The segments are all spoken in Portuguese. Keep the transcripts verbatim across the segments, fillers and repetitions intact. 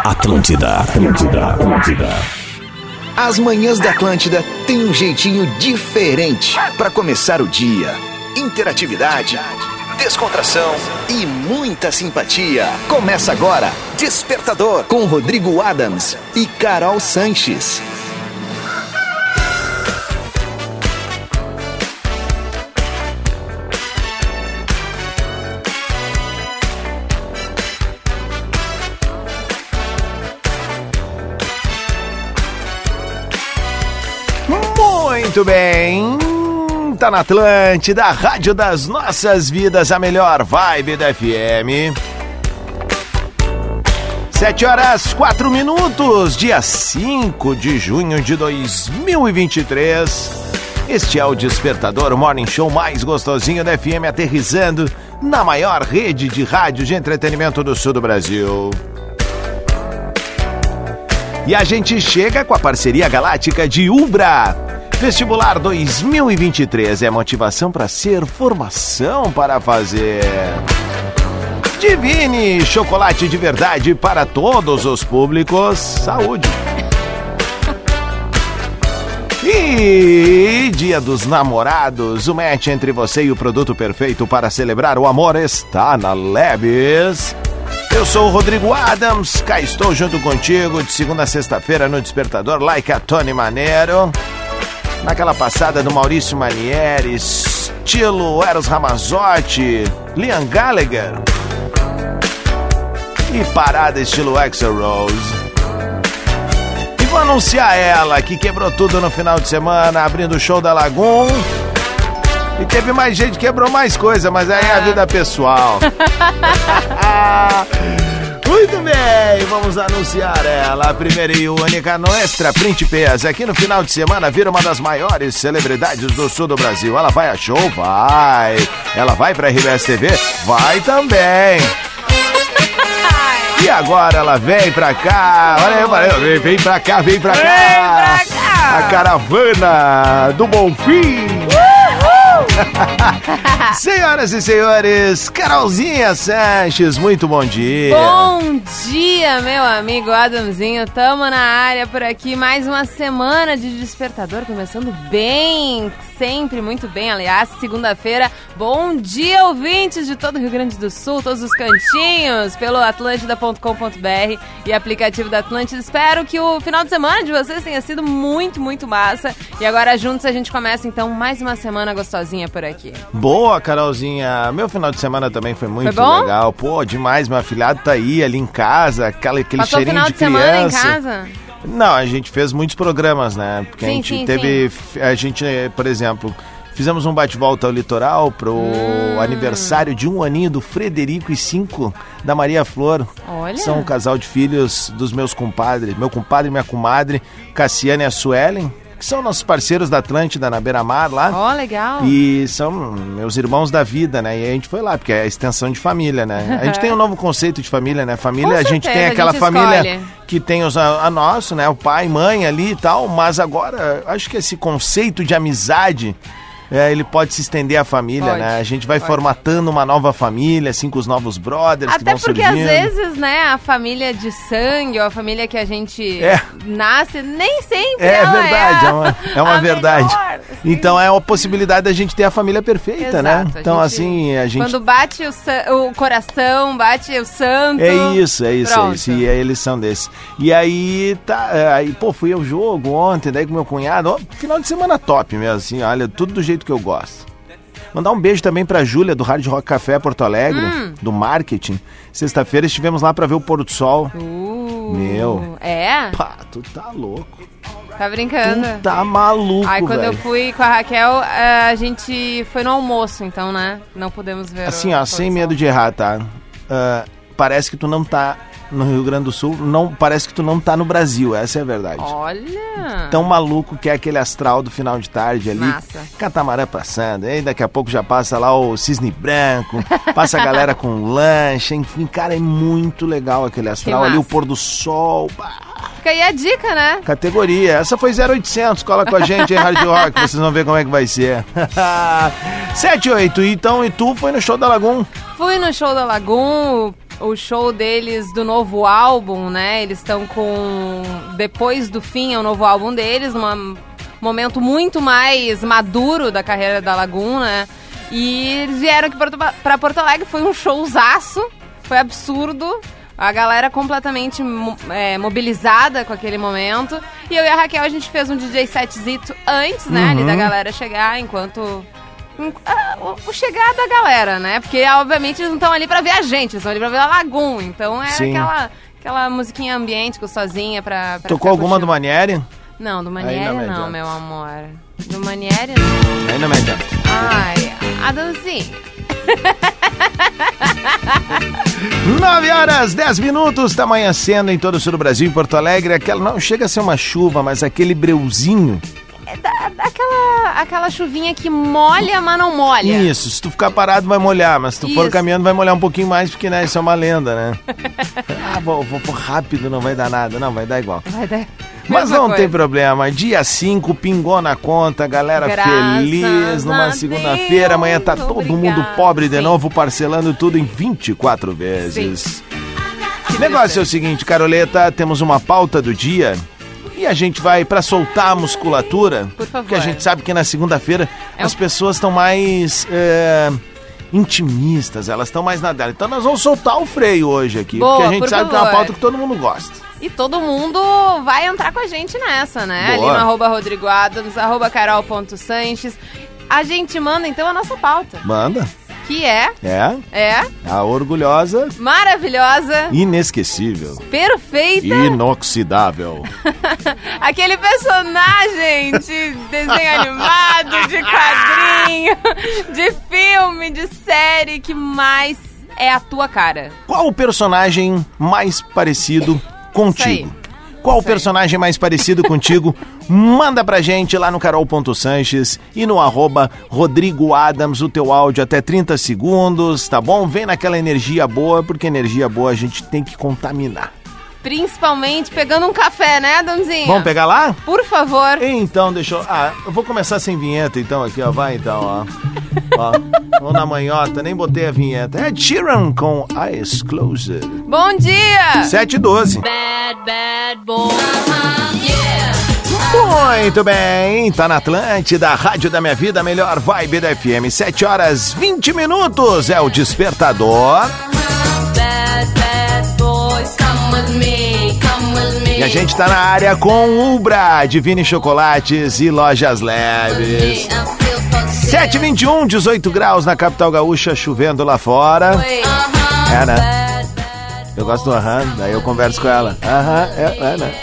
Atlântida, Atlântida, Atlântida. As manhãs da Atlântida têm um jeitinho diferente para começar o dia. Interatividade, descontração e muita simpatia. Começa agora, Despertador, com Rodrigo Adams e Carol Sanches. Muito bem, tá na Atlântida, a rádio das nossas vidas, a melhor vibe da F M. Sete horas, quatro minutos, dia cinco de junho de dois mil e vinte e três. Este é o Despertador, o morning show mais gostosinho da F M, aterrissando na maior rede de rádio de entretenimento do sul do Brasil. E a gente chega com a parceria galáctica de Ubra. Vestibular dois mil e vinte e três é motivação para ser, formação para fazer. Divine, chocolate de verdade para todos os públicos. Saúde. E Dia dos Namorados, o match entre você e o produto perfeito para celebrar o amor está na Lebes. Eu sou o Rodrigo Adams, cá estou junto contigo de segunda a sexta-feira no Despertador, like a Tony Maneiro. Naquela passada do Maurício Manieri, estilo Eros Ramazzotti, Liam Gallagher. E parada estilo Axl Rose. E vou anunciar ela, que quebrou tudo no final de semana, abrindo o show da Lagoon. E teve mais gente que quebrou mais coisa, mas aí é a vida pessoal. Muito bem, vamos anunciar ela, a primeira e única, Nuestra Príncipesa, que no final de semana vira uma das maiores celebridades do sul do Brasil. Ela vai a show? Vai. Ela vai pra R B S T V? Vai também. E agora ela vem pra cá, olha aí, vem pra cá, vem pra cá. Vem pra cá. A caravana do Bonfim. Senhoras e senhores, Carolzinha Sanches, muito bom dia. Bom dia, meu amigo Adamzinho. Tamo na área por aqui, mais uma semana de Despertador, começando bem, sempre muito bem, aliás, segunda-feira. Bom dia, ouvintes de todo o Rio Grande do Sul, todos os cantinhos, pelo atlântida ponto com ponto b r e aplicativo da Atlântida. Espero que o final de semana de vocês tenha sido muito, muito massa. E agora juntos a gente começa então mais uma semana gostosinha por aqui. Boa, Carolzinha. Meu final de semana também foi muito foi bom? legal. Pô, demais. Meu afilhado tá aí, ali em casa, aquela, aquele Passou cheirinho final de de criança. semana em casa? Não, a gente fez muitos programas, né? Porque Sim, a gente sim, teve... Sim. A gente, por exemplo... Fizemos um bate-volta ao litoral pro hum. aniversário de um aninho do Frederico e cinco da Maria Flor. Olha. São um casal de filhos dos meus compadres, meu compadre e minha comadre, Cassiane e a Suelen, que são nossos parceiros da Atlântida na Beira-Mar lá. Ó, oh, legal. E são meus irmãos da vida, né? E a gente foi lá, porque é a extensão de família, né? A gente tem um novo conceito de família, né? Família, Com a gente certeza, tem aquela a gente família escolhe. que tem os, a, a nosso, né? O pai, mãe ali e tal, mas agora acho que esse conceito de amizade... É, ele pode se estender à família, pode, né? A gente vai pode. formatando uma nova família, assim, com os novos brothers Até que vão porque surgindo. às vezes, né, a família de sangue ou a família que a gente é. nasce, nem sempre é ela verdade, é, é uma, é uma verdade. Melhor, então é uma possibilidade da gente ter a família perfeita, exato, né? Então gente, assim, a gente... Quando bate o, san... o coração, bate o santo... É isso, é isso, pronto. é isso. E aí eles são desses. E aí, tá, aí, pô, fui ao jogo ontem, daí com meu cunhado, ó, final de semana top mesmo, assim, olha, tudo do jeito que eu gosto. Mandar um beijo também pra Júlia, do Hard Rock Café Porto Alegre, hum. do marketing. Sexta-feira estivemos lá pra ver o pôr do sol. Uh, Meu. É? Pá, tu tá louco. Tá brincando? Tu tá maluco, Aí quando véio. eu fui com a Raquel, a gente foi no almoço, então, né? Não podemos ver assim, o ó, sem medo de errar, tá? Uh, parece que tu não tá no Rio Grande do Sul, não, parece que tu não tá no Brasil, essa é a verdade. Olha! Tão maluco que é aquele astral do final de tarde ali. Massa. Catamarã passando, aí daqui a pouco já passa lá o cisne branco, passa a galera com lancha, enfim, cara, é muito legal aquele astral ali, o pôr do sol. Bah. Fica aí a dica, né? Categoria, essa foi zero oitocentos, cola com a gente aí, Hard Rock, vocês vão ver como é que vai ser. sete oito, então, e tu foi no show da Lagoon? Fui no show da Lagoon, o show deles do novo álbum, né? Eles estão com... Depois do fim é o novo álbum deles, num momento muito mais maduro da carreira da Lagoon, né? E eles vieram aqui pra Porto Alegre, foi um showzaço, foi absurdo. A galera completamente é, mobilizada com aquele momento. E eu e a Raquel, a gente fez um D J setzito antes, né? Uhum. Ali da galera chegar, enquanto... O, o chegar da galera, né? Porque, obviamente, eles não estão ali pra ver a gente, eles estão ali pra ver a Lagoon. Então, é aquela, aquela musiquinha ambiente, gostosinha pra... pra Tocou alguma do Manieri? Não, do Manieri não, não, meu amor. Do Manieri não. Aí não me adianta. Ai, a dancinha. nove horas, dez minutos, tá amanhecendo em todo o sul do Brasil, em Porto Alegre. Aquela, não chega a ser uma chuva, mas aquele breuzinho. É da, aquela, aquela chuvinha que molha, mas não molha. Isso, se tu ficar parado vai molhar, mas se tu Isso. for caminhando vai molhar um pouquinho mais, porque né, isso é uma lenda, né? ah, vou, vou, vou rápido, não vai dar nada. Não, vai dar igual. Vai dar... Mas Mesma não coisa. Tem problema, dia cinco, pingou na conta, galera Graças feliz numa segunda-feira, amanhã tá todo obrigado. mundo pobre de Sim. novo, parcelando tudo em vinte e quatro vezes. O negócio é o seguinte, Caroleta, temos uma pauta do dia e a gente vai pra soltar a musculatura, Por favor. porque a gente sabe que na segunda-feira é as um... pessoas estão mais... É... intimistas, elas estão mais na dela. Então nós vamos soltar o freio hoje aqui, Boa, porque a gente por sabe favor. que é uma pauta que todo mundo gosta. E todo mundo vai entrar com a gente nessa, né? Boa. Ali no arroba Rodrigo Adams, arroba carol.sanches. A gente manda, então, a nossa pauta. Manda. Que é... É. É... A orgulhosa. Maravilhosa. Inesquecível. Perfeita. Inoxidável. Aquele personagem de desenho animado, de quadrinho, de filme, de série que mais é a tua cara. Qual o personagem mais parecido contigo? Qual o personagem mais parecido contigo? Manda pra gente lá no carol.sanches e no arroba Rodrigo Adams o teu áudio até trinta segundos, tá bom? Vem naquela energia boa, porque energia boa a gente tem que contaminar. Principalmente pegando um café, né, Adamzinho? Vamos pegar lá? Por favor. Então, deixa eu... Ah, eu vou começar sem vinheta, então, aqui, ó. Vai, então, ó. Ó, vamos na manhota, nem botei a vinheta. É Sheeran com Eyes Closed. Bom dia! sete e doze. Bad, bad boy. Uh-huh, yeah. Muito bem, tá na Atlântida, Rádio da Minha Vida, melhor vibe da F M. sete horas, vinte minutos, é o Despertador. Bad, bad boys, come with me, come with me. E a gente tá na área com Ubra, Divine Chocolates e Lojas Leves. sete e vinte e um, dezoito graus na capital gaúcha, chovendo lá fora. É, né? Eu gosto do aham, daí eu converso com ela. Aham, é, é, né?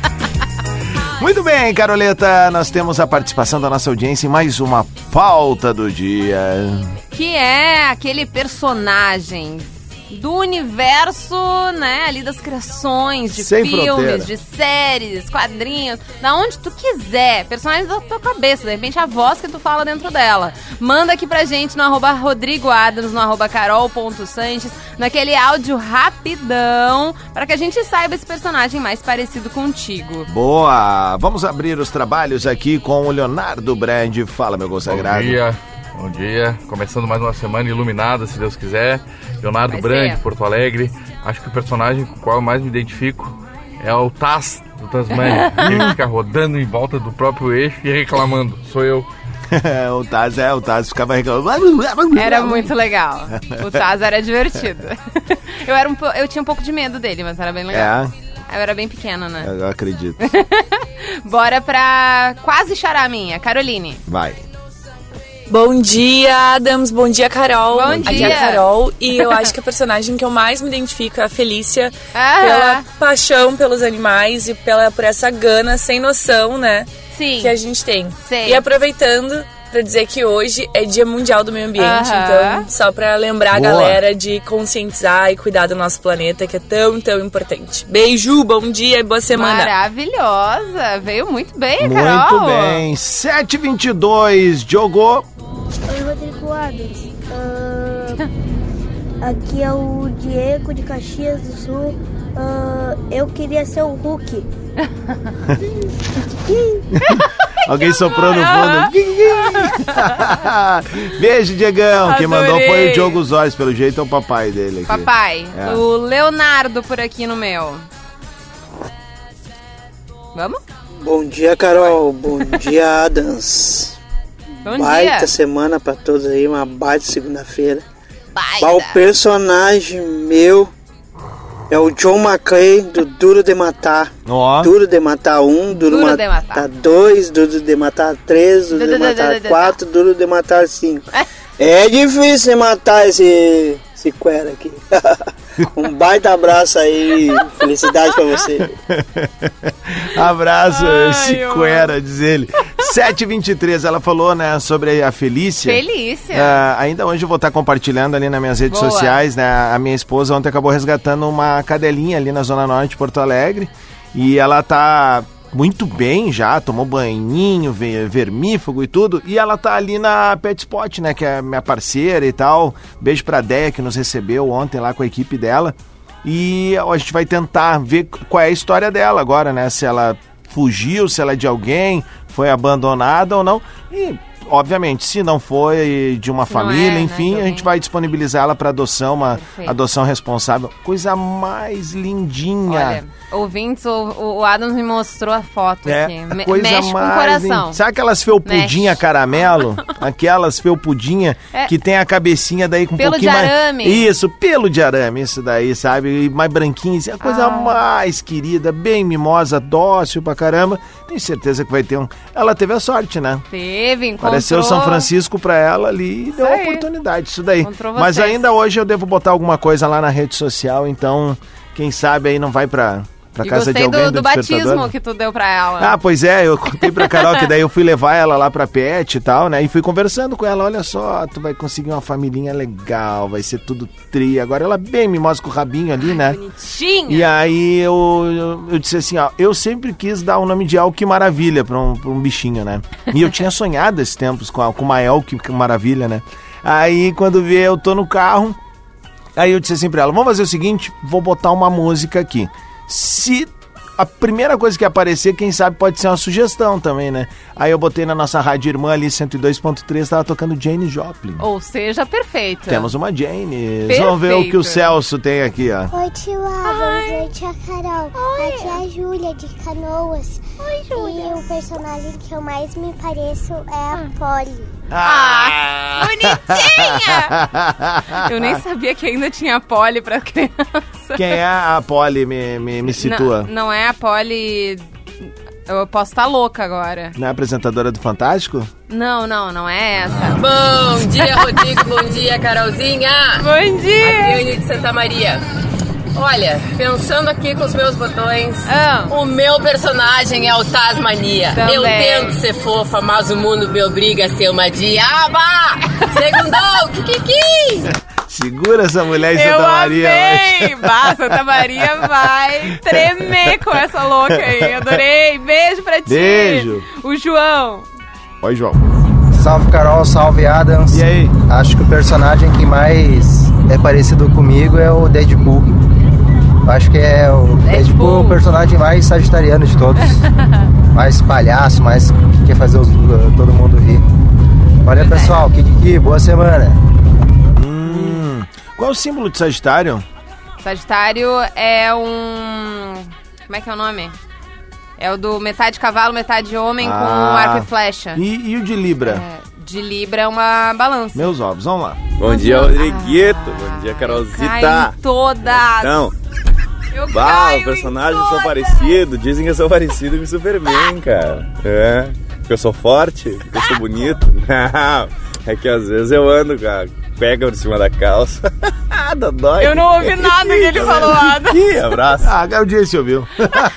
Muito bem, Caroleta, nós temos a participação da nossa audiência em mais uma pauta do dia. Que é aquele personagem do universo, né, ali das criações, de Sem filmes, fronteira. de séries, quadrinhos, da onde tu quiser, personagem da tua cabeça, de repente a voz que tu fala dentro dela. Manda aqui pra gente no arroba Rodrigo Adams, no arroba carol.sanches, naquele áudio rapidão, pra que a gente saiba esse personagem mais parecido contigo. Boa! Vamos abrir os trabalhos aqui com o Leonardo Brand. Fala, meu consagrado. Bom dia, bom dia. Começando mais uma semana iluminada, se Deus quiser. Leonardo Vai Brand, ser. Porto Alegre. Acho que o personagem com o qual eu mais me identifico é o Taz, do Tasmania. Ele fica rodando em volta do próprio eixo e reclamando. Sou eu. o Taz, é, o Taz ficava reclamando. Era muito legal. O Taz era divertido. eu, era um, po- eu tinha um pouco de medo dele, mas era bem legal. É, Eu era bem pequena, né? eu acredito. Bora pra quase chorar minha, Caroline. Vai. Bom dia, Adams. Bom dia, Carol. Bom Aqui dia. é a Carol e eu acho que a personagem que eu mais me identifico é a Felícia, Ah. pela paixão pelos animais e pela, por essa gana sem noção, né, Sim. que a gente tem. Sei. E aproveitando pra dizer que hoje é Dia Mundial do Meio Ambiente, Aham. então só pra lembrar Boa. a galera de conscientizar e cuidar do nosso planeta, que é tão, tão importante. Beijo, bom dia e boa semana. Maravilhosa. Veio muito bem, Muito Carol. bem. sete e vinte e dois, jogou. Oi, Rodrigo Adams. Ah, Aqui é o Diego de Caxias do Sul. Uh, eu queria ser o Hulk. Alguém soprou no fundo. Beijo, Diegão. Quem mandou foi o Diogo Zóis, pelo jeito é o papai dele aqui. Papai, É. o Leonardo por aqui no meu. Vamos? Bom dia, Carol. Bom dia, Adams. Bom baita dia. semana pra todos aí, uma baita segunda-feira. Baita. O personagem meu é o John McClane do Duro de Matar. Ó. Duro de Matar um, Duro, Duro Ma- de Matar. dois, Duro de Matar três, Duro de Du- du- du- Matar du- du- quatro, Duro de Matar cinco. É difícil matar esse, esse cuera aqui. Um baita abraço aí, felicidade pra você. Abraço, Ai, Cicuera, diz ele. sete e vinte e três, ela falou, né, sobre a Felícia. Felícia. É, ainda hoje eu vou estar compartilhando ali nas minhas redes Boa. sociais, né? A minha esposa ontem acabou resgatando uma cadelinha ali na Zona Norte de Porto Alegre. E ela tá muito bem já, tomou banhinho, ve- vermífugo e tudo. E ela tá ali na Pet Spot, né? Que é minha parceira e tal. Beijo pra Deia, que nos recebeu ontem lá com a equipe dela. E ó, a gente vai tentar ver qual é a história dela agora, né? Se ela fugiu, se ela é de alguém, foi abandonada ou não. E, obviamente, se não foi de uma Se não família, é, né, enfim, de a alguém. gente vai disponibilizar ela para adoção, uma Perfeito. adoção responsável. Coisa mais lindinha. Olha, ouvintes, o, o Adams me mostrou a foto É, aqui. a Me- coisa mexe mais com o coração. linda. Sabe aquelas felpudinha Mexe. caramelo? Aquelas felpudinha É. que tem a cabecinha daí com um Pelo pouquinho de mais... arame. Isso, pelo de arame, isso daí, sabe? E mais branquinho, assim, a coisa Ah. mais querida, bem mimosa, dócil pra caramba. Tenho certeza que vai ter um... Ela teve a sorte, né? Teve, encontrou. Apareceu São Francisco pra ela ali e deu a aí. oportunidade, isso daí. Encontrou Mas vocês. ainda hoje eu devo botar alguma coisa lá na rede social, então quem sabe aí não vai pra, pra E casa de gostei alguém do, do, do despertador. batismo que tu deu pra ela. Ah, pois é, eu contei pra Carol que daí eu fui levar ela lá pra pet e tal, né? E fui conversando com ela, olha só, tu vai conseguir uma familhinha legal, vai ser tudo tri. Agora ela bem mimosa com o rabinho ali, né? Bonitinha. E aí eu, eu, eu disse assim, ó, eu sempre quis dar o nome de El Que Maravilha pra um, pra um bichinho, né? E eu tinha sonhado esses tempos com, a, com uma El Que Maravilha, né? Aí quando vê, eu tô no carro, aí eu disse assim pra ela, vamos fazer o seguinte, vou botar uma música aqui. Se a primeira coisa que aparecer, quem sabe pode ser uma sugestão também, né? Aí eu botei na nossa rádio irmã ali, cento e dois ponto três, tava tocando Jane Joplin. Ou seja, perfeita. Temos uma Jane. Perfeito. Vamos ver o que o Celso tem aqui, ó. Oi, tio Adams. Oi, tia Carol. Aqui é a Júlia de Canoas. Oi, Júlia. E o personagem que eu mais me pareço é a Polly. Ah, bonitinha! Eu nem sabia que ainda tinha Polly pra criança. Quem é a Polly? Me, me, me situa. Não, não é a Polly... Eu posso estar louca agora. Não é a apresentadora do Fantástico? Não, não, não é essa. Bom dia, Rodrigo. Bom dia, Carolzinha. Bom dia! Adriane de Santa Maria. Olha, pensando aqui com os meus botões, Ah. o meu personagem é o Tasmania. Também. Eu tento ser fofa, mas o mundo me obriga a ser uma diaba. Segundou, kikiki. Segura essa mulher em Eu Santa Maria. amei! Bah, Santa Maria vai tremer com essa louca aí. Adorei. Beijo pra ti. Beijo. O João. Oi, João. Salve, Carol, salve, Adams. E aí? Acho que o personagem que mais é parecido comigo é o Deadpool. Acho que é o Deadpool, Deadpool o personagem mais sagitariano de todos. Mais palhaço, mais que quer fazer os, todo mundo rir. Olha, pessoal, Kiki, boa semana. Hum, qual é o símbolo de Sagitário? Sagitário é um... Como é que é o nome? É o do metade cavalo, metade homem Ah. com arco e flecha. E, e o de Libra? É, de Libra é uma balança. Meus ovos, vamos lá. Bom dia, Rodriguito. Bom dia, Carolzita. Cai em todas. Então, Eu bah, caio o personagem em sou todas. parecido. Dizem que eu sou parecido com o Superman, cara. É, porque eu sou forte, porque eu sou bonito. Não, é que às vezes eu ando, cara, pega por cima da calça. Dodói. Eu não ouvi nada que ele falou, Adam. Que abraço. Ah, a audiência ouviu.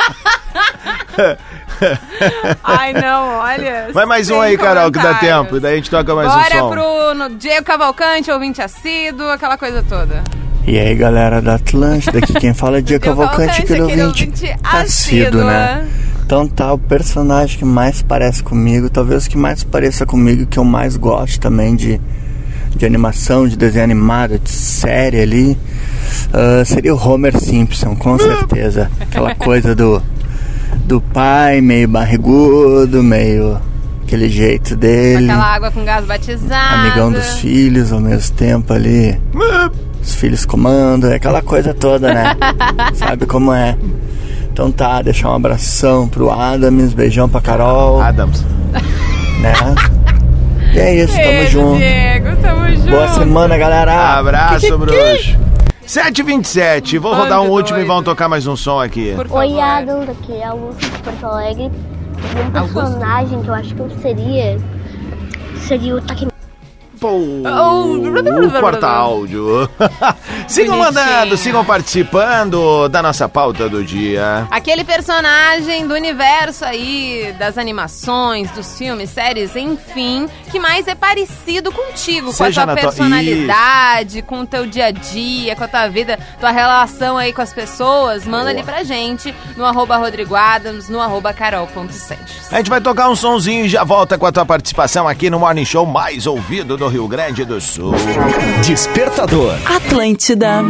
Ai, não, olha. Vai mais um sem aí, Carol, que dá comentários. tempo. E daí a gente toca mais Bora um som. pro no Diego Cavalcante, ouvinte assíduo, aquela coisa toda. E aí, galera da Atlântida, aqui quem fala é Diego Cavalcante, aquele aquele ouvinte ouvinte assíduo, né? Então tá, o personagem que mais parece comigo, talvez o que mais pareça comigo, que eu mais gosto também de, de animação, de desenho animado, de série ali, uh, seria o Homer Simpson, com certeza. Aquela coisa do, do pai meio barrigudo, meio aquele jeito dele. Aquela água com gás batizado. Amigão dos filhos ao mesmo tempo ali. Os filhos comandam, aquela coisa toda, né? Sabe como é? Então tá, deixar um abração pro Adams, beijão pra Carol. Adams. Né? E é isso, tamo Beijo, junto. Diego, tamo junto. Boa semana, galera. Abraço, Que, que, bruxo. sete e vinte e sete, vou Bando rodar um último doido. e vamos tocar mais um som aqui. Por favor. Oi, Adam, daqui é Augusto de Porto Alegre. Um personagem que eu acho que eu seria seria o Takemi. Pô, Oh. corta áudio. Sigam Bonitinho. mandando, sigam participando da nossa pauta do dia. Aquele personagem do universo aí, das animações, dos filmes, séries, enfim, que mais é parecido contigo, Seja com a na tua tua- personalidade, com o teu dia a dia, com a tua vida, tua relação aí com as pessoas, manda ali pra gente no arroba Rodrigo Adams, no arroba carol.sanches. A gente vai tocar um sonzinho e já volta com a tua participação aqui no Morning Show mais ouvido do Rio Grande do Sul. Despertador. Atlântida.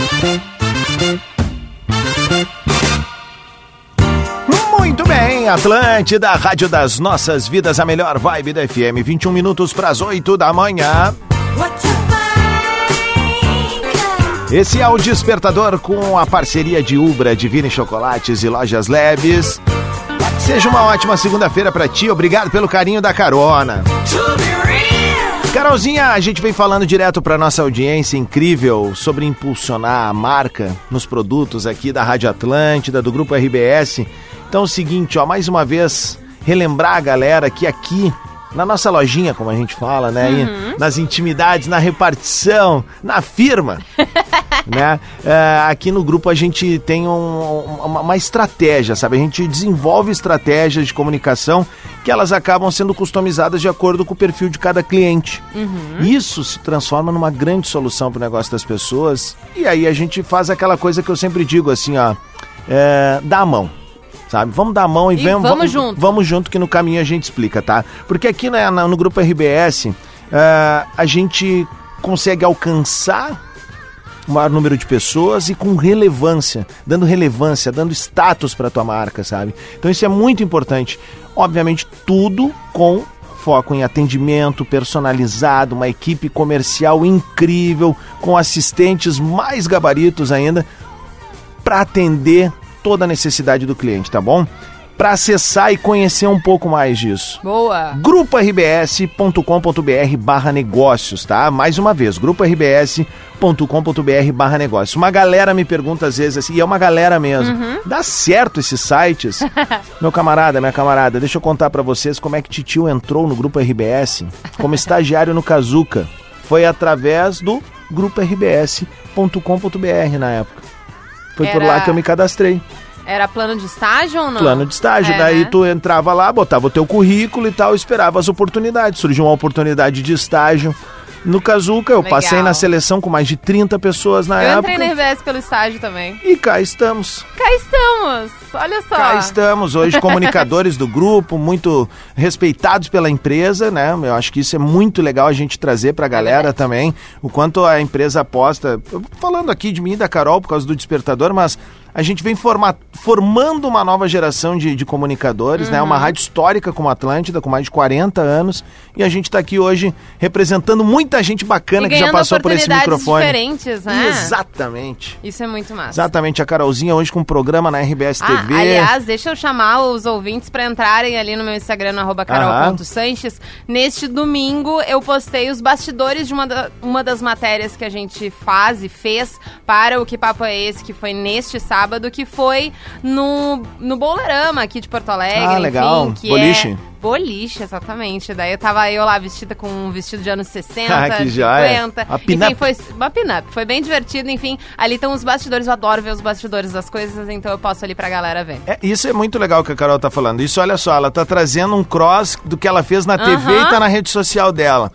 Muito bem, Atlântida, Rádio das Nossas Vidas, a melhor vibe da F M, vinte e um minutos para as oito da manhã. Esse é o Despertador com a parceria de Ubra, Divine Chocolates e Lojas Leves. Seja uma ótima segunda-feira para ti, obrigado pelo carinho da carona. Carolzinha, a gente vem falando direto para nossa audiência incrível sobre impulsionar a marca nos produtos aqui da Rádio Atlântida, do Grupo R B S. Então é o seguinte, ó, mais uma vez, relembrar a galera que aqui, na nossa lojinha, como a gente fala, né, Uhum. nas intimidades, na repartição, na firma, né, é, aqui no grupo a gente tem um- uma, uma estratégia, sabe, a gente desenvolve estratégias de comunicação que elas acabam sendo customizadas de acordo com o perfil de cada cliente. Uhum. Isso se transforma numa grande solução para o negócio das pessoas e aí a gente faz aquela coisa que eu sempre digo assim, ó, é, dá a mão. Sabe? Vamos dar a mão e, E vem, vamos junto. Vamos junto que no caminho a gente explica, tá? Porque aqui né, na- no Grupo R B S, eh, a gente consegue alcançar o maior número de pessoas e com relevância, dando relevância, dando status para tua marca, sabe? Então isso é muito importante. Obviamente tudo com foco em atendimento personalizado, uma equipe comercial incrível, com assistentes mais gabaritos ainda, para atender toda a necessidade do cliente, tá bom? Para acessar e conhecer um pouco mais disso. Boa. grupo r b s ponto com ponto b r barra negócios, tá? Mais uma vez, grupo r b s ponto com ponto b r barra negócios. Uma galera me pergunta às vezes assim, e é uma galera mesmo, Uhum. dá certo esses sites? Meu camarada, minha camarada, deixa eu contar pra vocês como é que Titio entrou no Grupo R B S como estagiário no Kazuca. Foi através do grupo r b s ponto com ponto b r na época. Foi por Era- lá que eu me cadastrei. Era plano de estágio ou não? Plano de estágio. É, Daí né? tu entrava lá, botava o teu currículo e tal, esperava as oportunidades. Surgiu uma oportunidade de estágio no Kazuca. Eu Legal. passei na seleção com mais de trinta pessoas na Eu época. entrei na R B S pelo estágio também. E cá estamos. Cá estamos! Olha só. Cá estamos hoje, comunicadores do grupo, muito respeitados pela empresa, né? Eu acho que isso é muito legal a gente trazer pra galera também, o quanto a empresa aposta. Eu vou falando aqui de mim e da Carol por causa do Despertador, mas a gente vem forma, formando uma nova geração de, de comunicadores, né? Uma rádio histórica como a Atlântida, com mais de quarenta anos, e a gente tá aqui hoje representando muita gente bacana E que já ganhando passou por esse oportunidades microfone. diferentes, né? Exatamente. Isso é muito massa. Exatamente, a Carolzinha hoje com um programa na R B S T V. Ah, aliás, deixa eu chamar os ouvintes pra entrarem ali no meu Instagram, no arroba carol.sanches. Neste domingo, eu postei os bastidores de uma, da- uma das matérias que a gente faz e fez para o Que Papo É Esse, que foi neste sábado, que foi no, no Boulerama aqui de Porto Alegre. Ah, legal. Enfim, que Boliche. É boliche, exatamente. Daí eu tava eu lá vestida com um vestido de anos sessenta, Ah, que joia. cinquenta. A Enfim, pin-up. foi uma pin-up. Foi bem divertido, enfim. Ali estão os bastidores, eu adoro ver os bastidores das coisas, então eu posso ali pra galera ver. É, isso é muito legal que a Carol tá falando. Isso, olha só, ela tá trazendo um cross do que ela fez na T V Aham. e tá na rede social dela.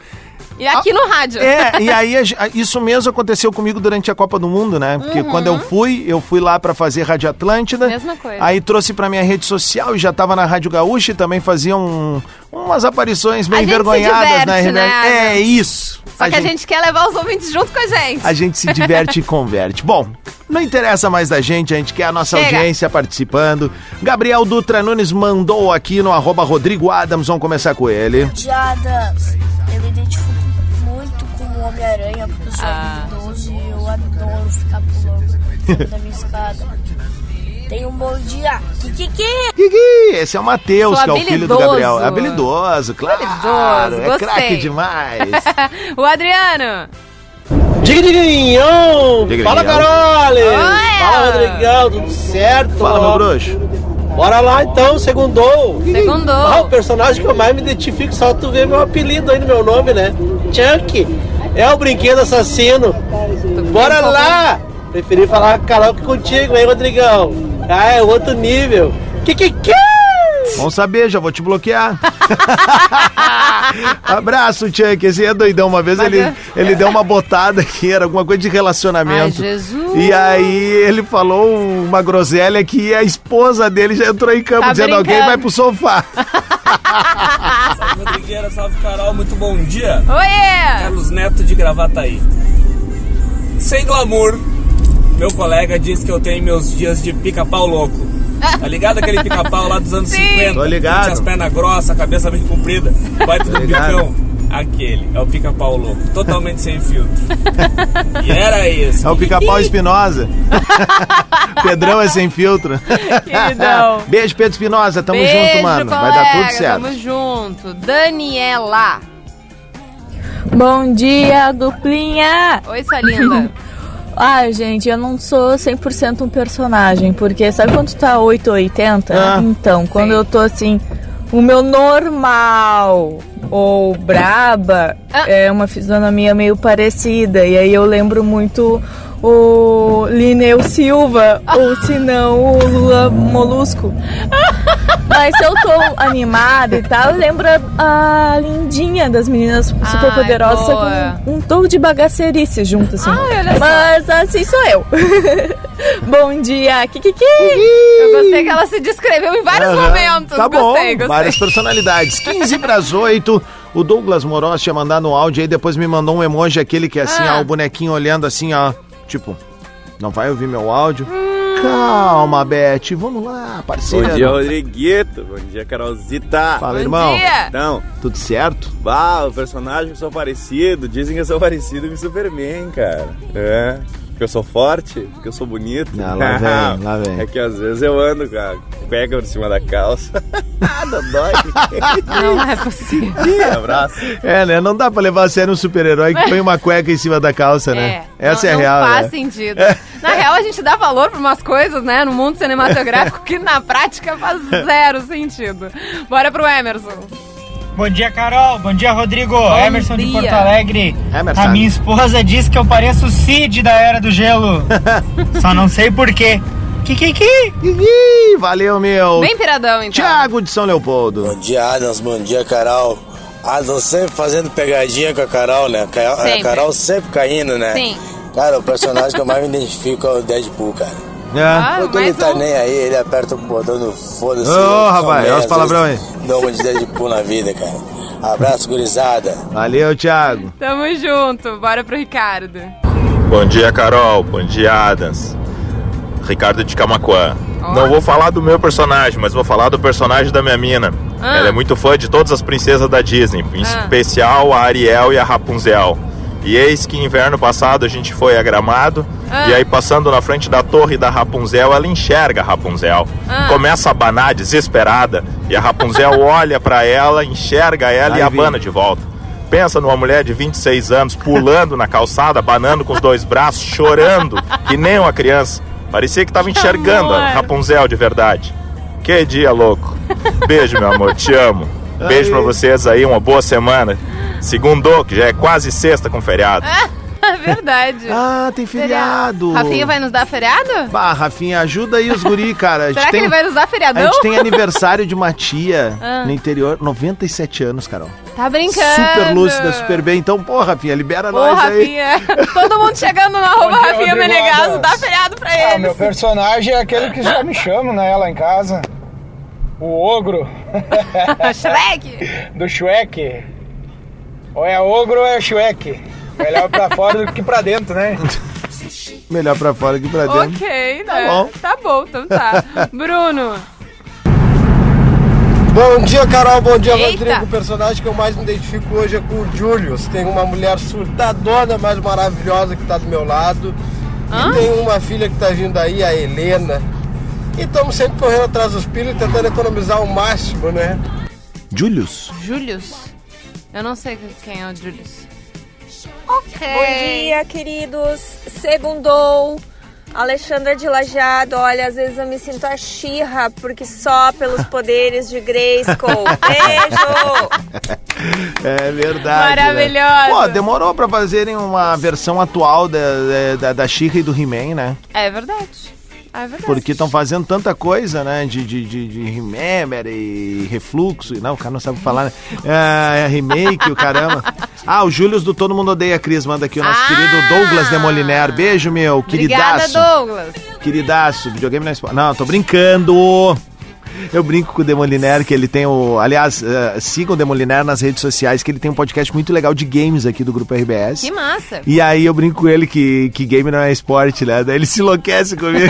E aqui ah, no rádio. É, e aí isso mesmo aconteceu comigo durante a Copa do Mundo, né? Porque uhum. quando eu fui, eu fui lá pra fazer Rádio Atlântida. Mesma coisa. Aí trouxe pra minha rede social e já tava na Rádio Gaúcha e também fazia um, umas aparições bem envergonhadas na R B S. Né? É isso. Só a que gente... a gente quer levar os ouvintes junto com a gente. A gente se diverte e converte. Bom, não interessa mais da gente, a gente quer a nossa Chega. audiência participando. Gabriel Dutra Nunes mandou aqui no arroba Rodrigo Adams, vamos começar com ele. Adams, eu me identifico muito com o Homem-Aranha, porque eu sou ah. habilidoso e eu adoro ficar pulando da minha escada. Tenha um bom dia. Kiki! Kiki! Esse é o Matheus, que é o filho do Gabriel. É habilidoso, claro. Habilidoso, é craque demais. O Adriano. Digninho! Fala, Carole! Fala, Rodrigão, tudo certo? Fala, meu bruxo. Bora lá, então, segundou. Segundou. Ah, o personagem que eu mais me identifico, só tu vê meu apelido aí no meu nome, né? Chunk. É o brinquedo assassino. Bora lá! Preferi falar com a Carol que contigo, hein, Rodrigão? Ah, é outro nível. Que que que? Vamos saber, já vou te bloquear. Abraço, Chuck. Esse é doidão. Uma vez ele, é... ele deu uma botada aqui, era alguma coisa de relacionamento. Ai, Jesus. E aí ele falou uma groselha que a esposa dele já entrou em campo, tá dizendo brincando. Alguém vai pro sofá. Salve, Rodrigueira, salve, Carol, muito bom dia. Oiê! Carlos Neto de Gravataí. Sem glamour, meu colega diz que eu tenho meus dias de pica-pau louco. Tá ligado aquele pica-pau lá dos anos Sim. cinquenta? Tô ligado. Tinha as pernas grossas, a cabeça bem comprida, vai pro picão. Aquele, é o pica-pau louco, totalmente sem filtro. E era esse. É o pica-pau Espinosa. Pedrão é sem filtro. Queridão. Beijo, Pedro Espinosa, tamo Beijo, junto, mano. Colega, vai dar tudo certo. Tamo junto. Daniela. Bom dia, duplinha. Oi, sua linda. Ah, gente, eu não sou cem por cento um personagem, porque sabe quando tu tá oito ou oitenta? Ah, então, quando sim. eu tô assim, o meu normal ou braba ah. é uma fisionomia meio parecida, e aí eu lembro muito o Lineu Silva, ah. ou se não o Lula Molusco. Mas se eu tô animada e tal, eu lembro a, a lindinha das meninas super Ai, poderosas com um tom de bagacerice junto, assim. Ai, Mas assim sou eu. Bom dia, Kikiki! Eu gostei que ela se descreveu em vários uhum. momentos. Tá bom, gostei, gostei. Várias personalidades. quinze para as oito. O Douglas Moros tinha mandado um áudio aí, depois me mandou um emoji, aquele que é assim, ah. ó, o bonequinho olhando assim, ó. Tipo, não vai ouvir meu áudio? Hum. Calma, Beth, vamos lá, parceiro. Bom dia, Rodriguito. Bom dia, Carolzita. Fala, Bom irmão. Dia. Então, tudo certo? Bah, o personagem que eu sou parecido, dizem que eu sou parecido com o Superman, cara. É, porque eu sou forte, porque eu sou bonito. Não, lá vem, lá vem. É que às vezes eu ando com a cueca por cima da calça. Não dói. Não é possível. Abraço. É, né? Não dá pra levar a sério um super-herói que põe uma cueca em cima da calça, né? É, Essa não, é a real. Não faz né? sentido. É. Na real, a gente dá valor pra umas coisas, né? No mundo cinematográfico que na prática faz zero sentido. Bora pro Emerson. Bom dia, Carol. Bom dia, Rodrigo. Bom Emerson dia. de Porto Alegre. Emerson. A minha esposa diz que eu pareço o Cid da Era do Gelo. Só não sei porquê. Kikiki! Kiki! Valeu, meu. Bem piradão, então. Thiago de São Leopoldo. Bom dia, Adams. Bom dia, Carol. Adams sempre fazendo pegadinha com a Carol, né? A Carol sempre caindo, né? Sim. Cara, o personagem que eu mais me identifico é o Deadpool, cara. É. Porque ele tá um... nem aí, ele aperta o botão do foda-se. Ô, oh, rapaz, olha os palavrão aí. Dá uma de Deadpool na vida, cara. Abraço, gurizada. Valeu, Thiago. Tamo junto. Bora pro Ricardo. Bom dia, Carol. Bom dia, Adams. Ricardo de Camaquã. Oh. Não vou falar do meu personagem, mas vou falar do personagem da minha mina. Ah. Ela é muito fã de todas as princesas da Disney, em ah. especial a Ariel e a Rapunzel. E eis que inverno passado a gente foi a Gramado, ah. e aí passando na frente da torre da Rapunzel, ela enxerga a Rapunzel. Ah. Começa a abanar desesperada, e a Rapunzel olha pra ela, enxerga ela Ai, e abana vi. de volta. Pensa numa mulher de vinte e seis anos pulando na calçada, abanando com os dois braços, chorando, que nem uma criança. Parecia que tava enxergando a Rapunzel de verdade. Que dia louco. Beijo, meu amor, te amo. Beijo pra vocês aí, uma boa semana. Segundou, que já é quase sexta com feriado. verdade. Ah, tem feriado. Rafinha vai nos dar feriado? Bah, Rafinha, ajuda aí os guri, cara. Será que tem, ele vai nos dar feriadão? A gente tem aniversário de uma tia ah. no interior, noventa e sete anos, Carol. Tá brincando. Super lúcida, super bem. Então, pô, Rafinha, libera pô, nós Rafinha. aí. Todo mundo chegando no arroba Rafinha Menegasso, dá feriado pra eles. Ah, meu personagem é aquele que já me chama, né, lá em casa. O ogro. Shrek. Do Shrek. Ou é ogro ou é Shrek. Melhor pra fora do que pra dentro, né? Melhor pra fora do que pra dentro. Ok, né? Tá bom. Tá bom, então tá. Bruno. Bom dia, Carol. Bom dia, Eita. Rodrigo. O personagem que eu mais me identifico hoje é com o Julius. Tem uma mulher surtadona, mais maravilhosa que tá do meu lado. Hã? E tem uma filha que tá vindo aí, a Helena. E estamos sempre correndo atrás dos pilhos, tentando economizar o máximo, né? Julius. Julius? Eu não sei quem é o Julius. Ok. Bom dia, queridos. Segundou. Alexandra de Lajeado. Olha, às vezes eu me sinto a She-Ra, porque só pelos poderes de Grayskull. Beijo! É verdade. Maravilhoso. Né? Pô, demorou pra fazerem uma versão atual da, da, da She-Ra e do He-Man, né? É verdade. É verdade. Porque estão fazendo tanta coisa, né? De, de, de, de Remember e Refluxo. Não, o cara não sabe falar, né? É, é remake, o caramba. Ah, o Július do Todo Mundo Odeia a Cris manda aqui o nosso ah! querido Douglas Demoliner. Beijo, meu. Obrigada, Queridaço. Douglas. Queridaço. Videogame na escola. Não, tô brincando. Eu brinco com o Demoliner, que ele tem o... Aliás, uh, sigam o Demoliner nas redes sociais, que ele tem um podcast muito legal de games aqui do Grupo R B S. Que massa! E aí eu brinco com ele que, que game não é esporte, né? Daí ele se enlouquece comigo.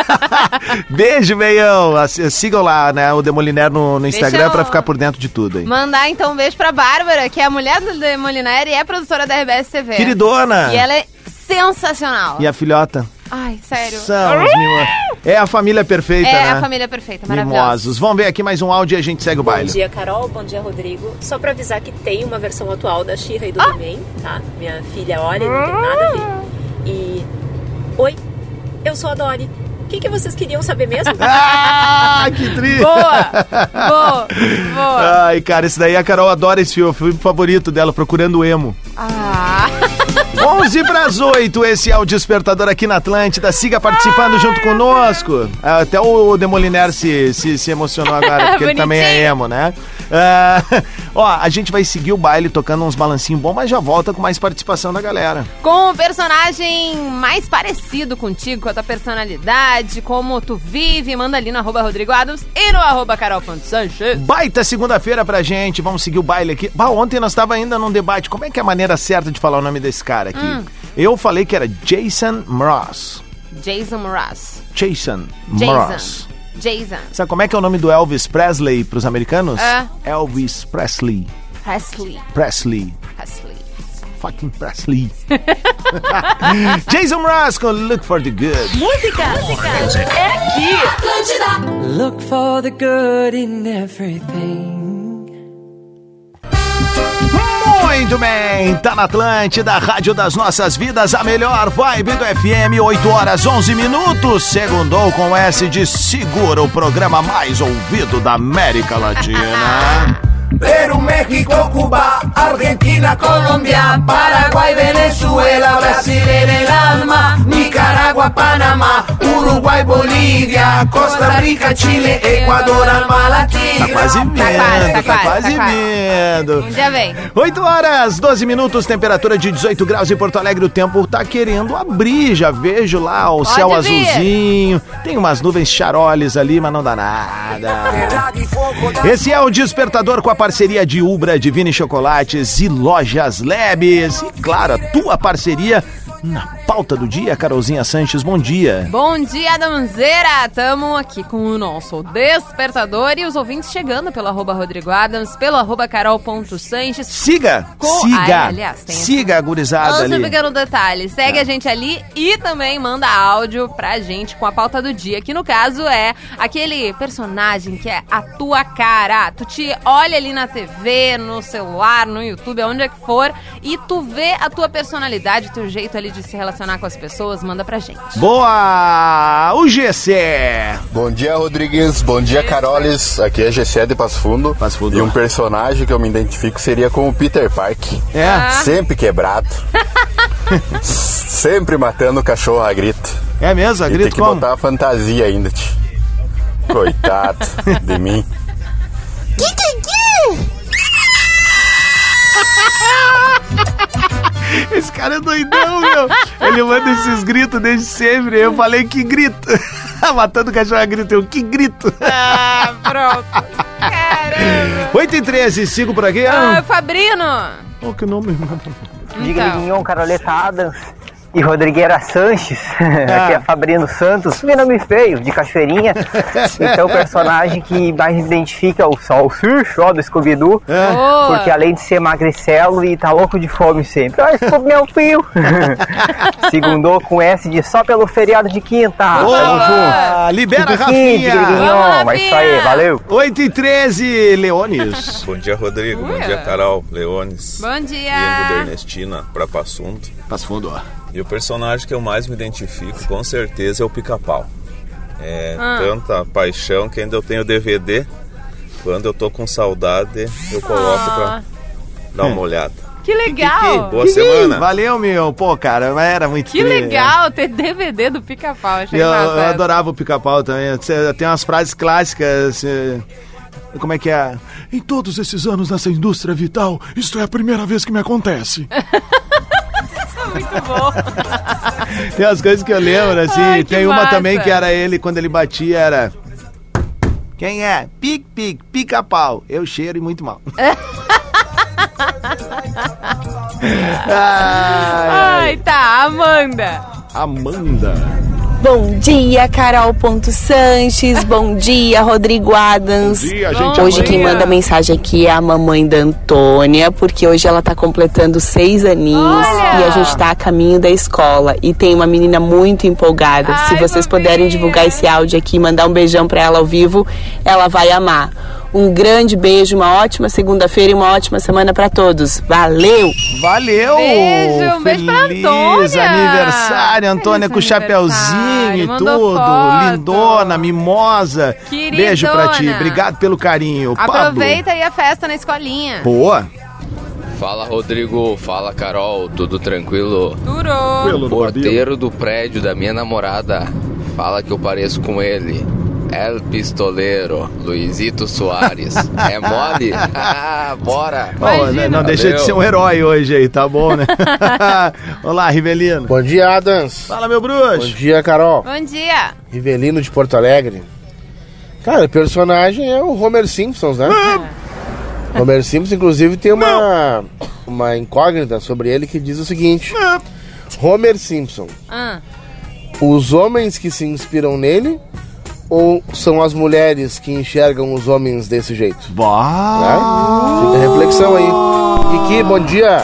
Beijo, meião! Sigam lá, né, o Demoliner no, no Instagram eu... pra ficar por dentro de tudo aí. Mandar então um beijo pra Bárbara, que é a mulher do Demoliner e é produtora da R B S T V. Queridona! E ela é sensacional. E a filhota? Ai, sério. São os mimo... É a família perfeita, é né? É a família perfeita, maravilhosa. Mimosos. Vamos ver aqui mais um áudio e a gente segue o baile. Bom dia, Carol. Bom dia, Rodrigo. Só pra avisar que tem uma versão atual da She-Ra e do ah. He-Man, tá? Minha filha olha, não tem nada a ver. E... Oi, eu sou a Dori. O que, que vocês queriam saber mesmo? Ah, que triste! Boa! Boa! Boa! Ai, cara, esse daí a Carol adora esse filme. O filme favorito dela, Procurando Emo. Ah... onze para as oito, esse é o Despertador aqui na Atlântida. Siga participando junto conosco. Até o Demoliner se, se, se emocionou agora, porque ele também é emo, né? Uh, ó, a gente vai seguir o baile tocando uns balancinhos bons, mas já volta com mais participação da galera. Com o personagem mais parecido contigo, com a tua personalidade, como tu vive, manda ali no arroba Rodrigo Adams e no arroba Carol.Sanches. Baita segunda-feira pra gente, vamos seguir o baile aqui. Bah, ontem nós tava ainda num debate, como é que é a maneira certa de falar o nome desse cara aqui? Hum. Eu falei que era Jason Mraz. Jason Mraz. Jason Mraz. Jason. Sabe como é que é o nome do Elvis Presley pros americanos? É. Elvis Presley. Presley. Presley. Presley. Fucking Presley. Jason Mraz com Look for the Good. Música. Música. É aqui. Atlântida. Look for the good in everything. Muito bem, tá na Atlântida, Rádio das Nossas Vidas, a melhor vibe do F M, oito horas onze minutos, segundou com S de seguro, o programa mais ouvido da América Latina. Peru, México, Cuba, Argentina, Colombia, Paraguay, Venezuela, Brasil en el alma, Nicaragua, Panamá, Uruguay, Bolívia, Costa Rica, Chile, Equador, alma latina. Tá quase vindo, tá quase, tá quase, tá quase tá vindo. Um dia vem. oito horas, doze minutos, temperatura de dezoito graus em Porto Alegre, o tempo tá querendo abrir, já vejo lá o Pode céu vir. azulzinho, tem umas nuvens charoles ali, mas não dá nada. Esse é o Despertador com a parceria de Ubra, Divine Chocolates e Lojas Lebes. E claro, a tua parceria na pauta do dia, Carolzinha Sanches, bom dia. Bom dia, Adamzeira. Tamo aqui com o nosso Despertador e os ouvintes chegando pelo arroba Rodrigo Adams, pelo arroba Carol.Sanches. Siga, com... siga, Ai, aliás, tem siga a gurizada ali. Nossa, pequeno detalhe, segue é. a gente ali e também manda áudio pra gente com a pauta do dia, que no caso é aquele personagem que é a tua cara. Tu te olha ali na T V, no celular, no YouTube, onde é que for, e tu vê a tua personalidade, teu jeito ali de se relacionar relacionar com as pessoas, manda pra gente. Boa! O G C! Bom dia, Rodrigues. Bom dia, Carolis. Aqui é G C de Passo Fundo. Passo Fundo. E um personagem que eu me identifico seria com o Peter Parker. É. Ah. Sempre quebrado. Sempre matando o cachorro a grito. É mesmo? A e grito tem que como? botar a fantasia ainda, tio. Coitado de mim. Esse cara é doidão, meu. Ele manda esses gritos desde sempre. Eu falei, que grito? Matando o cachorro a grito. Eu, que grito? Ah, pronto. Caramba. oito e treze, sigo por aqui. Ah, Fabrino. Oh, que nome, irmão. Diga de Mignon, Caroleta Adams e Rodrigueira Sanches. Ah. Aqui é Fabrino Santos, que nome feio, de Cachoeirinha. Então o personagem que mais me identifica é o Salsicha, ó, do Scooby-Doo. É. Porque além de ser magricelo e tá louco de fome sempre. Ah, esse meu fio. Segundou com S de só pelo feriado de quinta. Boa. Tamo junto. Libera, Kiki, Rafinha. Mignon, mas isso aí, valeu. oito e treze, Leones. Bom dia, Rodrigo. Ué. Bom dia, Carol. Leones. Bom dia. Vindo da Ernestina pra Passo Fundo. Passo Fundo, ó. E o personagem que eu mais me identifico, com certeza, é o Pica-Pau. É Ah. tanta paixão que ainda eu tenho D V D. Quando eu tô com saudade, eu coloco Ah. pra dar uma olhada. Que legal. Kiki, boa Kiki, semana. Valeu, meu. Pô, cara, era muito Que tri- legal ter D V D do Pica-Pau. Achei Eu, massa eu essa. adorava o Pica-Pau também. Cê- Tem umas frases clássicas. eh, Como é que é? Em todos esses anos nessa indústria vital, isto é a primeira vez que me acontece. Muito bom. Tem as coisas que eu lembro, assim. Ai, que tem uma massa. também que era ele, quando ele batia, era... Quem é? Pic, pic, pica-pau. Eu cheiro e muito mal. ai, Ai, tá, Amanda. Amanda. Bom dia, Carol Ponto Sanches. Bom dia, Rodrigo Adams. Bom dia, gente. Hoje Bom quem dia. manda mensagem aqui é a mamãe da Antônia, porque hoje ela tá completando seis aninhos. Olha! E a gente tá a caminho da escola. E tem uma menina muito empolgada. Ai, Se vocês fofinha. puderem divulgar esse áudio aqui e mandar um beijão pra ela ao vivo, ela vai amar. Um grande beijo, uma ótima segunda-feira e uma ótima semana pra todos. Valeu! Valeu! Beijo, um beijo pra Feliz Antônia. aniversário, Antônia, Feliz com chapeuzinho aniversário, e mandou tudo. foto. Lindona, mimosa. Queridona. Beijo pra ti. Obrigado pelo carinho. Aproveita aí a festa na escolinha. Pablo. Boa. Fala, Rodrigo. Fala, Carol. Tudo tranquilo? Durou. O porteiro do prédio da minha namorada fala que eu pareço com ele. El Pistoleiro, Luizito Soares. É mole? Bora! Ó, né, não deixa de Valeu. ser um herói hoje aí, tá bom, né? Olá, Rivelino. Bom dia, Adams. Fala, meu bruxo. Bom dia, Carol. Bom dia. Rivelino de Porto Alegre. Cara, o personagem é o Homer Simpsons, né? Homer Simpson, inclusive, tem uma, uma incógnita sobre ele que diz o seguinte: Homer Simpson, Ah. os homens que se inspiram nele ou são as mulheres que enxergam os homens desse jeito? Bah. Né? Fica a reflexão aí. Kiki, bom dia.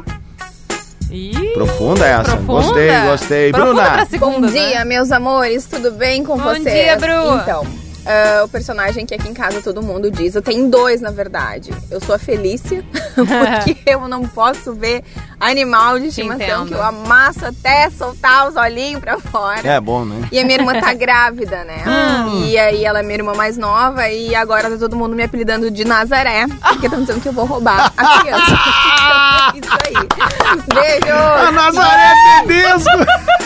Ih, Profunda essa. profunda. Gostei, gostei. Profunda Bruna. pra segunda, Bom dia, né? meus amores, tudo bem com Bom vocês? dia, Bru. Então, ah, o personagem que aqui em casa todo mundo diz, eu tenho dois, na verdade. Eu sou a Felícia, porque eu não posso ver animal de estimação, entendo. que eu amasso até soltar os olhinhos pra fora. É bom, né? E a minha irmã tá grávida, né? Hum. E aí ela é minha irmã mais nova e agora tá todo mundo me apelidando de Nazaré, porque estão dizendo que eu vou roubar a criança. Isso aí. Beijo! A Nazaré Tedesco.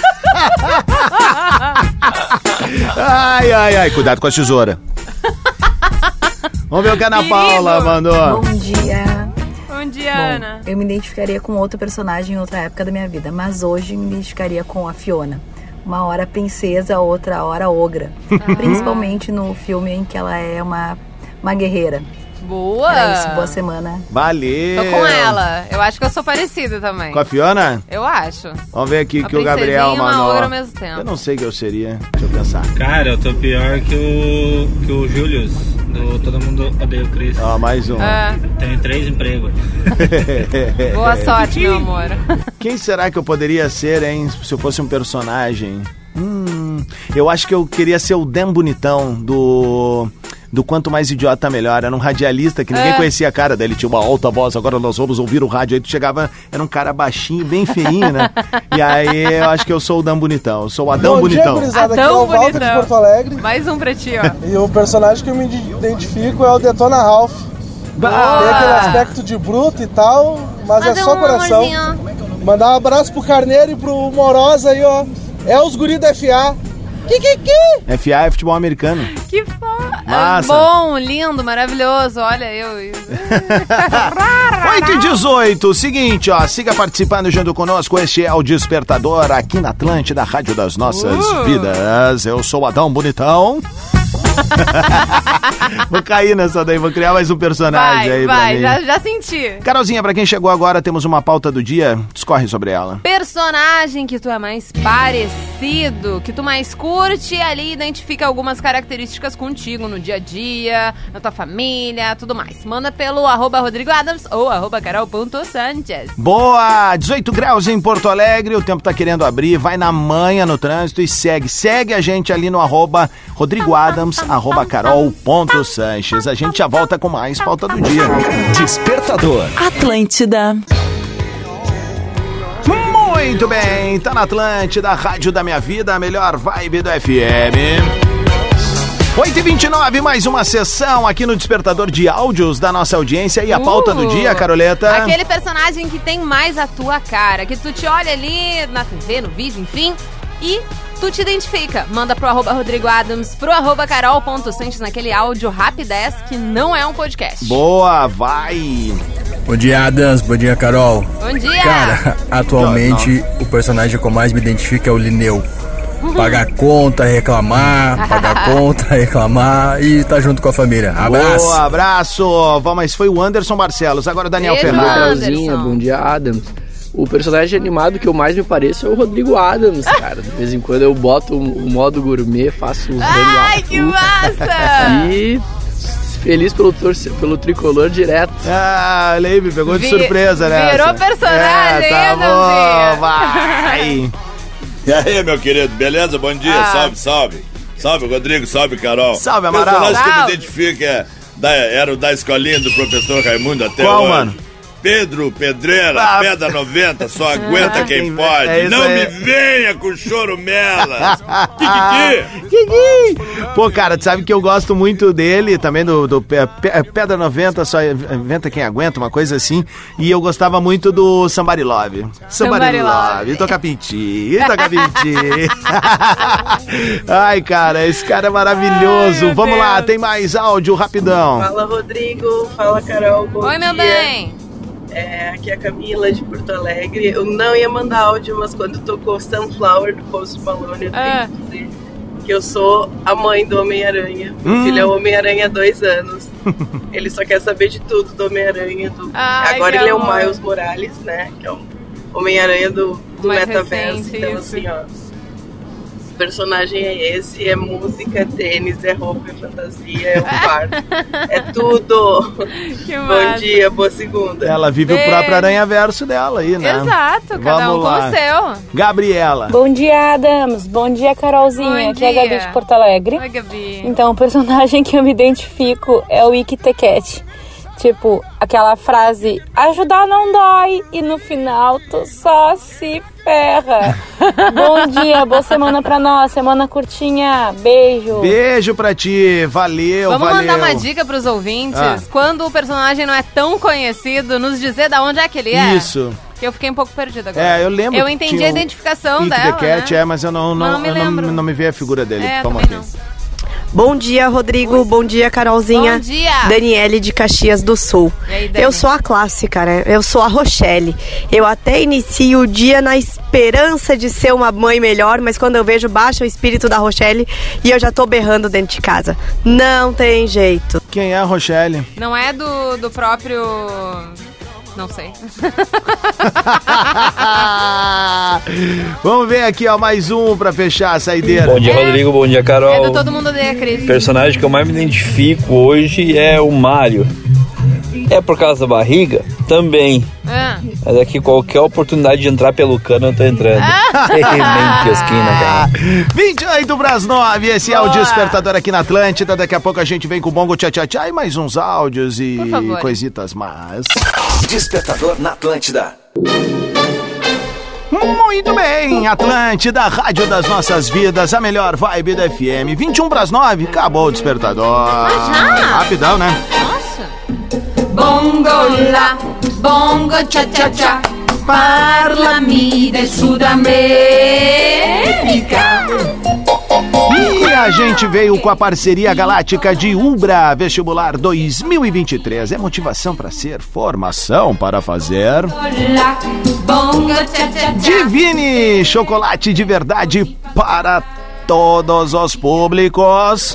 Ai, ai, ai. Cuidado com a tesoura. Vamos ver o que a Ana Perigo. Paula mandou. Bom dia. Bom dia, Bom, Ana. eu me identificaria com outro personagem em outra época da minha vida, mas hoje me identificaria com a Fiona. Uma hora princesa, outra hora ogra. Principalmente no filme em que ela é uma, uma guerreira. Boa. Era isso, boa semana. Valeu. Tô com ela. Eu acho que eu sou parecida também. Com a Fiona? Eu acho. Vamos ver aqui Uma que o Gabriel princesinha e uma mandou. ogra ao mesmo tempo. Eu não sei o que eu seria. Deixa eu pensar. Cara, eu tô pior que o, que o Julius, do Todo Mundo Odeia o Chris. Ó, mais um. É. Tenho três empregos. Boa sorte, meu amor. Quem será que eu poderia ser, hein? Se eu fosse um personagem. Hum, eu acho que eu queria ser o Dan Bonitão do do Quanto Mais Idiota Melhor. Era um radialista que ninguém É. conhecia a cara dele, tinha uma alta voz, agora nós vamos ouvir o rádio. Aí tu chegava, era um cara baixinho, bem feinho, né? E aí eu acho que eu sou o Dão Bonitão, eu sou o Adão Bom dia, Bonitão. gurizada. Aqui é o Walter de Porto Alegre. Mais um pra ti, ó. E o personagem que eu me identifico é o Detona Ralph. Boa. Tem aquele aspecto de bruto e tal, mas Fazer é só um coração. amorzinho. Mandar um abraço pro Carneiro e pro Morosa aí, ó. É os guri da F A. Kikiki! F A é futebol americano. Que foda. Massa. Bom, lindo, maravilhoso. Olha, eu... oito e dezoito, seguinte, ó, siga participando junto conosco, este é o Despertador aqui na Atlântida, Rádio das Nossas Uh. Vidas. Eu sou o Adão Bonitão. Vou cair nessa daí, vou criar mais um personagem Vai, aí pra vai, mim. já, já senti. Carolzinha, pra quem chegou agora, temos uma pauta do dia, discorre sobre ela. Personagem que tu é mais parecido, que tu mais curte e ali identifica algumas características contigo no dia a dia, na tua família, tudo mais. Manda pelo arroba Rodrigo Adams ou arroba carol.sanchez. Boa! dezoito graus em Porto Alegre, o tempo tá querendo abrir, vai na manha no trânsito e segue. Segue a gente ali no arroba Rodrigo Adams, arroba carol.sanches. A gente já volta com mais pauta do dia. Despertador. Atlântida. Muito bem, tá na Atlântida, a rádio da minha vida, a melhor vibe do F M. oito e vinte e nove, mais uma sessão aqui no Despertador de áudios da nossa audiência. E a pauta do dia, Caroleta? Aquele personagem que tem mais a tua cara, que tu te olha ali na T V, no vídeo, enfim, e tu te identifica. Manda pro arroba Rodrigo Adams, pro arroba carol.sanches naquele áudio rapidez que não é um podcast. Boa, vai! Bom dia, Adams. Bom dia, Carol. Bom dia! Cara, atualmente o personagem que eu mais me identifico é o Linneu. Pagar conta, reclamar, pagar conta, reclamar e tá junto com a família. Abraço. Boa, abraço. Vamos, mas foi o Anderson Barcelos, agora o Daniel Beijo, Fernandes. Carolzinha, bom dia, Adams. O personagem animado que eu mais me pareço é o Rodrigo Adams, cara. De vez em quando eu boto o modo gourmet, faço os Ai, que massa! E feliz pelo, torce, pelo tricolor direto. Ah, olha aí, me pegou de Vi- surpresa, né? virou personagem, é, tá hein, bom, vai! E aí, meu querido, beleza? Bom dia, Ah. salve, salve. Salve, Rodrigo, salve, Carol. Salve, Amaral. O personagem que eu Salve. me identifico é, da, era o da escolinha do professor Raimundo até Qual, hoje. mano? Pedro, Pedreira, Ah. Pedra noventa, só aguenta Ah, quem é pode. isso Não aí. me venha com chorumelas. Kikiki! Kiki! Pô, cara, tu sabe que eu gosto muito dele, também do, do Pe- Pe- Pedra noventa, só inventa quem aguenta, uma coisa assim. E eu gostava muito do Somebody Love. Somebody, Somebody Love. Love. Toca piti, toca piti. Ai, cara, esse cara é maravilhoso. Ai, Vamos lá, Deus. tem mais áudio, rapidão. Fala, Rodrigo. Fala, Carol. Bom Oi, meu dia. bem. É, aqui é a Camila de Porto Alegre. Eu não ia mandar áudio, mas quando tocou Sunflower do Post Malone, eu Ah. tenho que dizer que eu sou a mãe do Homem-Aranha. Meu Hum. filho é o Homem-Aranha há dois anos. Ele só quer saber de tudo do Homem-Aranha. Do... Ai, Agora que ele é o amor. Miles Morales, né? Que é o Homem-Aranha do, do Mais metaverso. recente, Então, isso. assim, ó. O personagem é esse, é música, é tênis, é roupa, é fantasia, é um quarto. É tudo. Que Bom massa. dia, boa segunda. Ela vive Beijo. o próprio aranha-verso dela aí, né? Exato, cada Vamos um lá. com o seu. Gabriela. Bom dia, Adams. Bom dia, Carolzinha. Bom Aqui é a Gabi dia. de Porto Alegre. Oi, Gabi. Então, o personagem que eu me identifico é o Ike Tequete. Tipo, aquela frase, ajudar não dói, e no final tu só se ferra. Bom dia, boa semana pra nós, semana curtinha, beijo. Beijo pra ti, valeu, Vamos valeu. mandar uma dica pros ouvintes. Ah. Quando o personagem não é tão conhecido, nos dizer da onde é que ele é. Isso. Que eu fiquei um pouco perdida agora. É, eu lembro. Eu que entendi tinha a o identificação Ike dela, the Cat, né? é, mas eu não, não, Mas não me eu não, lembro. não me vi a figura dele. É, Vamos também aqui. Bom dia, Rodrigo. Bom dia, Carolzinha. Bom dia. Daniele de Caxias do Sul. E aí, Dani? Eu sou a clássica, né? Eu sou a Rochelle. Eu até inicio o dia na esperança de ser uma mãe melhor, mas quando eu vejo, baixa o espírito da Rochelle e eu já tô berrando dentro de casa. Não tem jeito. Quem é a Rochelle? Não é do, do próprio... Não sei. Vamos ver aqui, ó, mais um pra fechar a saideira. Bom dia, Rodrigo. Bom dia, Carol. É do Todo Mundo Odeia Chris. O personagem que eu mais me identifico hoje é o Mário. É por causa da barriga? Também. Ah. Mas é que qualquer oportunidade de entrar pelo cano eu tô entrando. Ah. Nem kiosquina, cara. vinte e oito para as nove, esse Boa. É o Despertador aqui na Atlântida. Daqui a pouco a gente vem com o bongo tchá tchá tchá e mais uns áudios e coisitas mais. Despertador na Atlântida. Muito bem, Atlântida, rádio das nossas vidas, a melhor vibe da F M. vinte e um para as nove, acabou o Despertador. Ah, já? Rapidão, né? Nossa. Bongo lá, bongo tchá tchá tchá, parlami de Sudamérica. E a gente veio com a parceria galáctica de Ubra Vestibular dois mil e vinte e três. É motivação para ser, formação para fazer. Divine, chocolate de verdade para todos os públicos.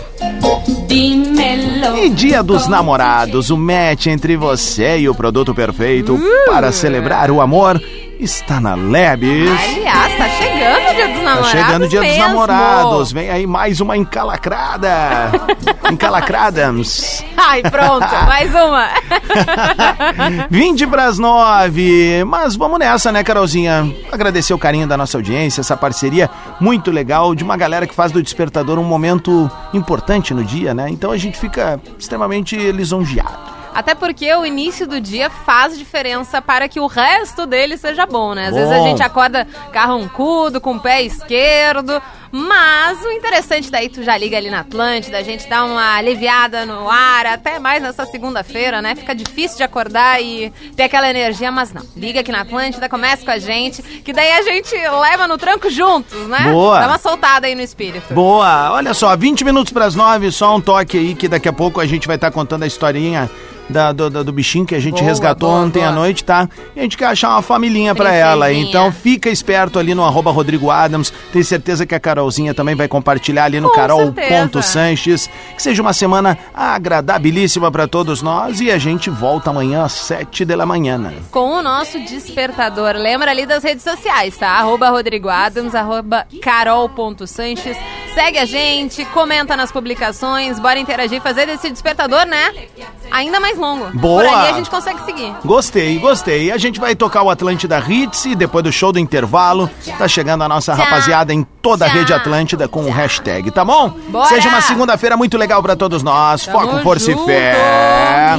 E Dia dos Namorados, o match entre você e o produto perfeito uh. para celebrar o amor está na Lebes. Aliás, tá chegando o Dia dos Namorados. Tá chegando o Dia mesmo. dos Namorados. Vem aí mais uma encalacrada. Encalacradams. Ai, pronto, mais uma. vinte para as nove. Mas vamos nessa, né, Carolzinha? Agradecer o carinho da nossa audiência, essa parceria muito legal de uma galera que faz do Despertador um momento importante no dia, né? Então a gente fica extremamente lisonjeado. Até porque o início do dia faz diferença para que o resto dele seja bom, né? Às bom. vezes a gente acorda carrancudo, com o pé esquerdo, mas o interessante daí tu já liga ali na Atlântida, a gente dá uma aliviada no ar, até mais nessa segunda-feira, né? Fica difícil de acordar e ter aquela energia, mas não. Liga aqui na Atlântida, começa com a gente, que daí a gente leva no tranco juntos, né? Boa. Dá uma soltada aí no espírito. Boa. Olha só, vinte minutos para as nove, só um toque aí que daqui a pouco a gente vai estar tá contando a historinha Da, do, do bichinho que a gente boa, resgatou boa, ontem boa. à noite, tá? E a gente quer achar uma familhinha pra ela. Então fica esperto ali no arroba Rodrigo Adams. Tenho certeza que a Carolzinha também vai compartilhar ali no carol ponto sanches. Que seja uma semana agradabilíssima pra todos nós. E a gente volta amanhã às sete da manhã, né? Com o nosso Despertador. Lembra ali das redes sociais, tá? Arroba Rodrigo Adams, arroba carol ponto sanches. Segue a gente, comenta nas publicações, bora interagir, fazer desse Despertador, né? Ainda mais longo. Boa. Por ali a gente consegue seguir. Gostei, gostei. A gente vai tocar o Atlântida Hits e depois do show do intervalo, tá chegando a nossa Tchau. rapaziada em toda a rede Atlântida com o hashtag, tá bom? Bora. Seja uma segunda-feira muito legal pra todos nós. Tamo Foco, força junto. e fé.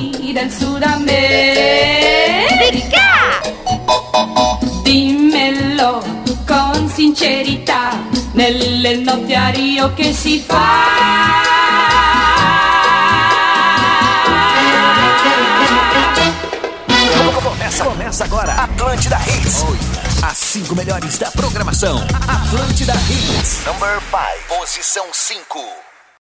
Dimmelo con sincerità nel notiario che si fa. Começa, começa agora Atlântida Hits. Oh, yeah. As cinco melhores da programação. Atlântida Hits. Number five. Posição cinco.